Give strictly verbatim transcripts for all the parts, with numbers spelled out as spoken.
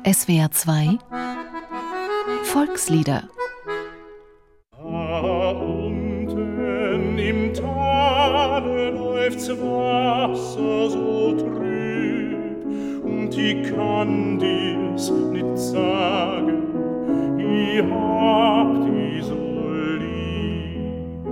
S W R zwei Volkslieder. Da unten im Tale läuft's Wasser so trüb, und ich kann dir's nicht sagen, ich hab die so lieb.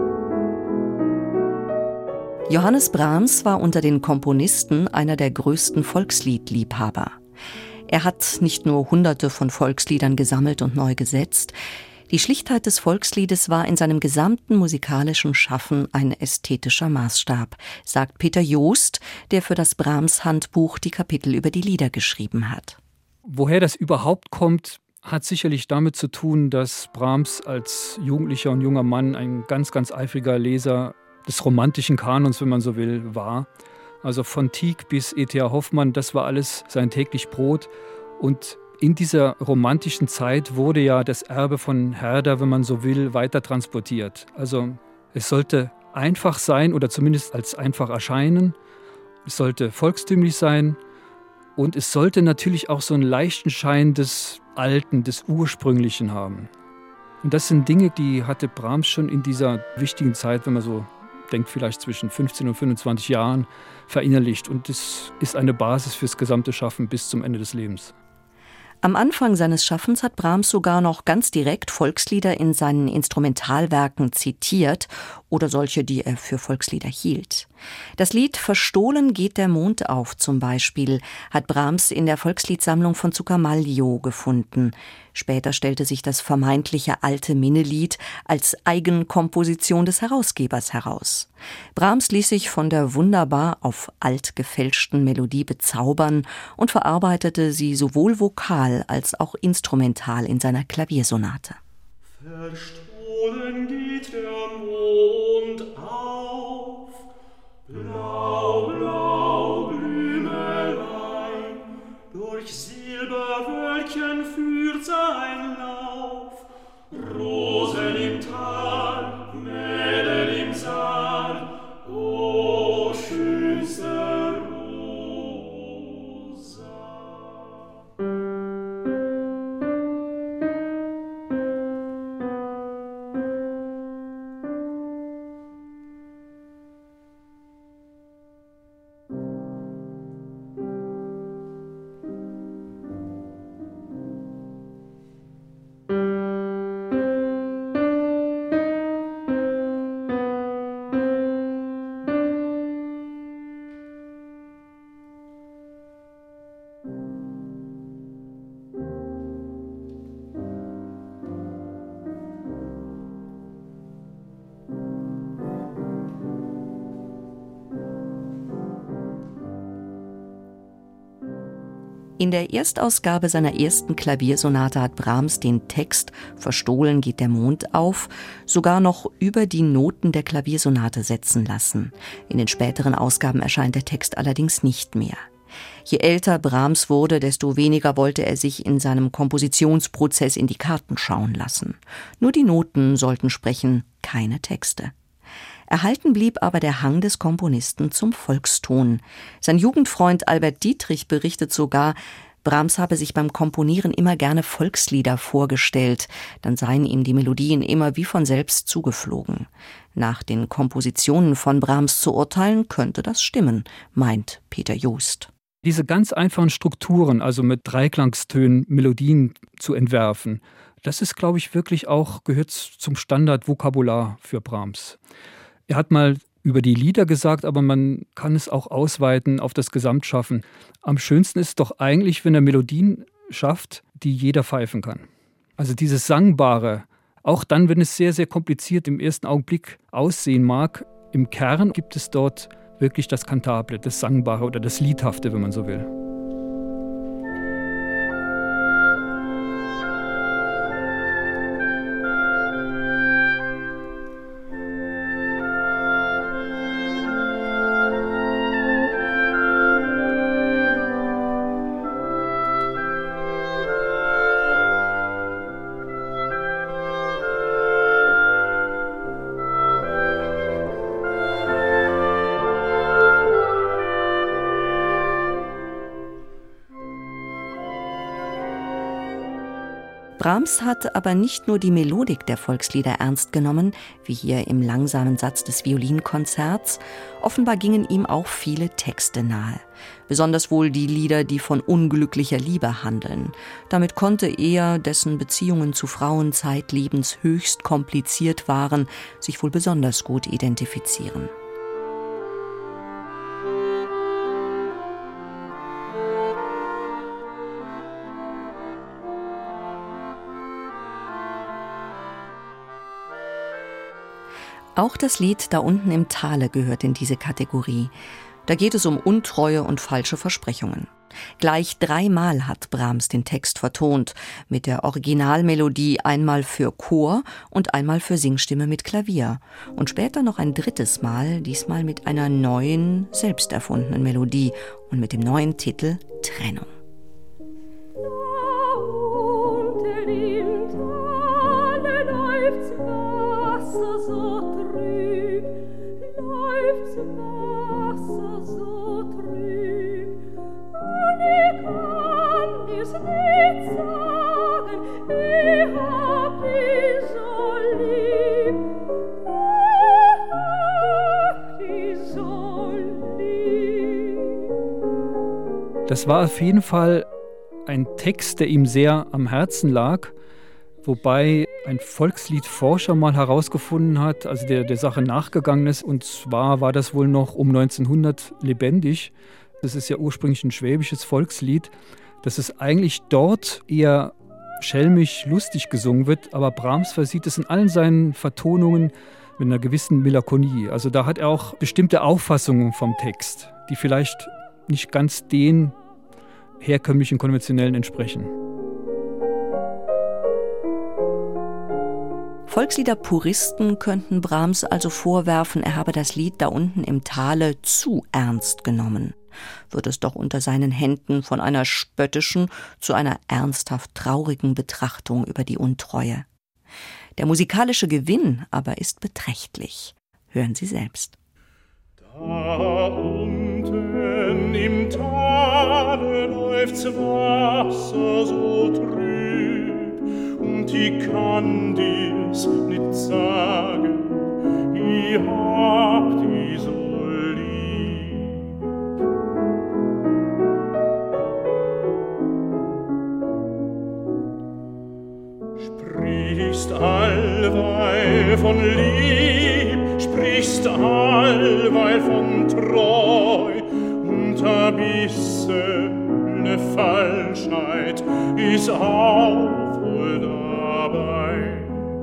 Johannes Brahms war unter den Komponisten einer der größten Volksliedliebhaber. Er hat nicht nur Hunderte von Volksliedern gesammelt und neu gesetzt. Die Schlichtheit des Volksliedes war in seinem gesamten musikalischen Schaffen ein ästhetischer Maßstab, sagt Peter Joost, der für das Brahms-Handbuch die Kapitel über die Lieder geschrieben hat. Woher das überhaupt kommt, hat sicherlich damit zu tun, dass Brahms als Jugendlicher und junger Mann ein ganz, ganz eifriger Leser des romantischen Kanons, wenn man so will, war. Also von Tieck bis E T H Hoffmann, das war alles sein täglich Brot. Und in dieser romantischen Zeit wurde ja das Erbe von Herder, wenn man so will, weiter transportiert. Also es sollte einfach sein oder zumindest als einfach erscheinen. Es sollte volkstümlich sein und es sollte natürlich auch so einen leichten Schein des Alten, des Ursprünglichen haben. Und das sind Dinge, die hatte Brahms schon in dieser wichtigen Zeit, wenn man so denkt, vielleicht zwischen fünfzehn und fünfundzwanzig Jahren, verinnerlicht. Und das ist eine Basis fürs gesamte Schaffen bis zum Ende des Lebens. Am Anfang seines Schaffens hat Brahms sogar noch ganz direkt Volkslieder in seinen Instrumentalwerken zitiert oder solche, die er für Volkslieder hielt. Das Lied »Verstohlen geht der Mond auf« zum Beispiel hat Brahms in der Volksliedsammlung von Zuccalmaglio gefunden. Später stellte sich das vermeintliche alte Minnelied als Eigenkomposition des Herausgebers heraus. Brahms ließ sich von der wunderbar auf alt gefälschten Melodie bezaubern und verarbeitete sie sowohl vokal als auch instrumental in seiner Klaviersonate. Verstohlen geht der Mond auf, blau, blau, Blümelein, durch Silberwölkchen führt sein Lauf, Rosen im Tal, Mädel im Saal, o schönste Rosa. In der Erstausgabe seiner ersten Klaviersonate hat Brahms den Text »Verstohlen geht der Mond auf« sogar noch über die Noten der Klaviersonate setzen lassen. In den späteren Ausgaben erscheint der Text allerdings nicht mehr. Je älter Brahms wurde, desto weniger wollte er sich in seinem Kompositionsprozess in die Karten schauen lassen. Nur die Noten sollten sprechen, keine Texte. Erhalten blieb aber der Hang des Komponisten zum Volkston. Sein Jugendfreund Albert Dietrich berichtet sogar, Brahms habe sich beim Komponieren immer gerne Volkslieder vorgestellt, dann seien ihm die Melodien immer wie von selbst zugeflogen. Nach den Kompositionen von Brahms zu urteilen, könnte das stimmen, meint Peter Joost. Diese ganz einfachen Strukturen, also mit Dreiklangstönen Melodien zu entwerfen, das ist, glaube ich, wirklich auch, gehört zum Standardvokabular für Brahms. Er hat mal über die Lieder gesagt, aber man kann es auch ausweiten auf das Gesamtschaffen. Am schönsten ist es doch eigentlich, wenn er Melodien schafft, die jeder pfeifen kann. Also dieses Sangbare, auch dann, wenn es sehr, sehr kompliziert im ersten Augenblick aussehen mag, im Kern gibt es dort wirklich das Kantable, das Sangbare oder das Liedhafte, wenn man so will. Brahms hat aber nicht nur die Melodik der Volkslieder ernst genommen, wie hier im langsamen Satz des Violinkonzerts. Offenbar gingen ihm auch viele Texte nahe. Besonders wohl die Lieder, die von unglücklicher Liebe handeln. Damit konnte er, dessen Beziehungen zu Frauen zeitlebens höchst kompliziert waren, sich wohl besonders gut identifizieren. Auch das Lied Da unten im Tale gehört in diese Kategorie. Da geht es um Untreue und falsche Versprechungen. Gleich dreimal hat Brahms den Text vertont, mit der Originalmelodie einmal für Chor und einmal für Singstimme mit Klavier. Und später noch ein drittes Mal, diesmal mit einer neuen, selbst erfundenen Melodie und mit dem neuen Titel Trennung. Das war auf jeden Fall ein Text, der ihm sehr am Herzen lag, wobei ein Volksliedforscher mal herausgefunden hat, also der der Sache nachgegangen ist, und zwar war das wohl noch um neunzehnhundert lebendig. Das ist ja ursprünglich ein schwäbisches Volkslied, dass es eigentlich dort eher schelmisch lustig gesungen wird, aber Brahms versieht es in allen seinen Vertonungen mit einer gewissen Melancholie. Also da hat er auch bestimmte Auffassungen vom Text, die vielleicht nicht ganz den herkömmlichen, konventionellen entsprechen. Volksliederpuristen könnten Brahms also vorwerfen, er habe das Lied Da unten im Tale zu ernst genommen. Wird es doch unter seinen Händen von einer spöttischen zu einer ernsthaft traurigen Betrachtung über die Untreue. Der musikalische Gewinn aber ist beträchtlich. Hören Sie selbst. Da unten im Tale läuft's Wasser so trüb, und ich kann dir's nicht sagen, ich hab die so lieb. Sprichst allweil von Lieb, sprichst allweil von Treu, und a bisschen ne Falschheit ist auch wohl dabei.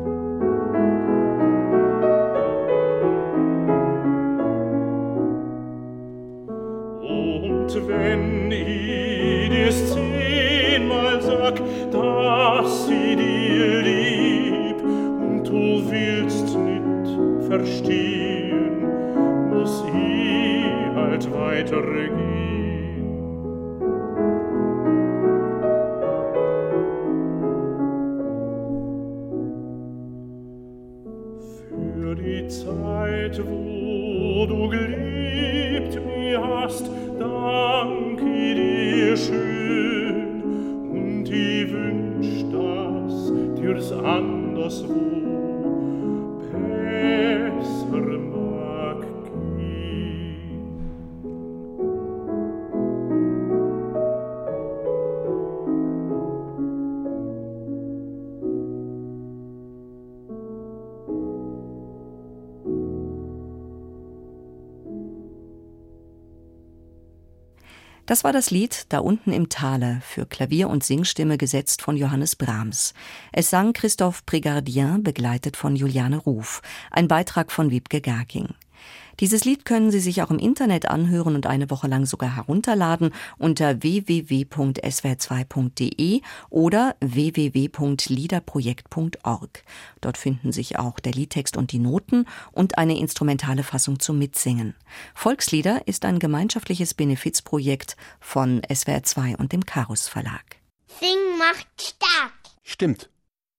Und wenn ich dir's zehnmal sag, dass sie dir lieb, und du willst nicht verstehen, muss ich halt weitergehen. Für die Zeit, wo du geliebt mir hast, dank ich dir schön, und ich wünsch, dass dir's anderswo besser mag gehen. Das war das Lied Da unten im Tale, für Klavier und Singstimme gesetzt von Johannes Brahms. Es sang Christophe Prégardien, begleitet von Juliane Ruf. Ein Beitrag von Wiebke Gerking. Dieses Lied können Sie sich auch im Internet anhören und eine Woche lang sogar herunterladen unter w w w punkt s w r zwei punkt d e oder w w w punkt liederprojekt punkt org. Dort finden sich auch der Liedtext und die Noten und eine instrumentale Fassung zum Mitsingen. Volkslieder ist ein gemeinschaftliches Benefizprojekt von S W R zwei und dem Karus Verlag. Sing macht stark. Stimmt.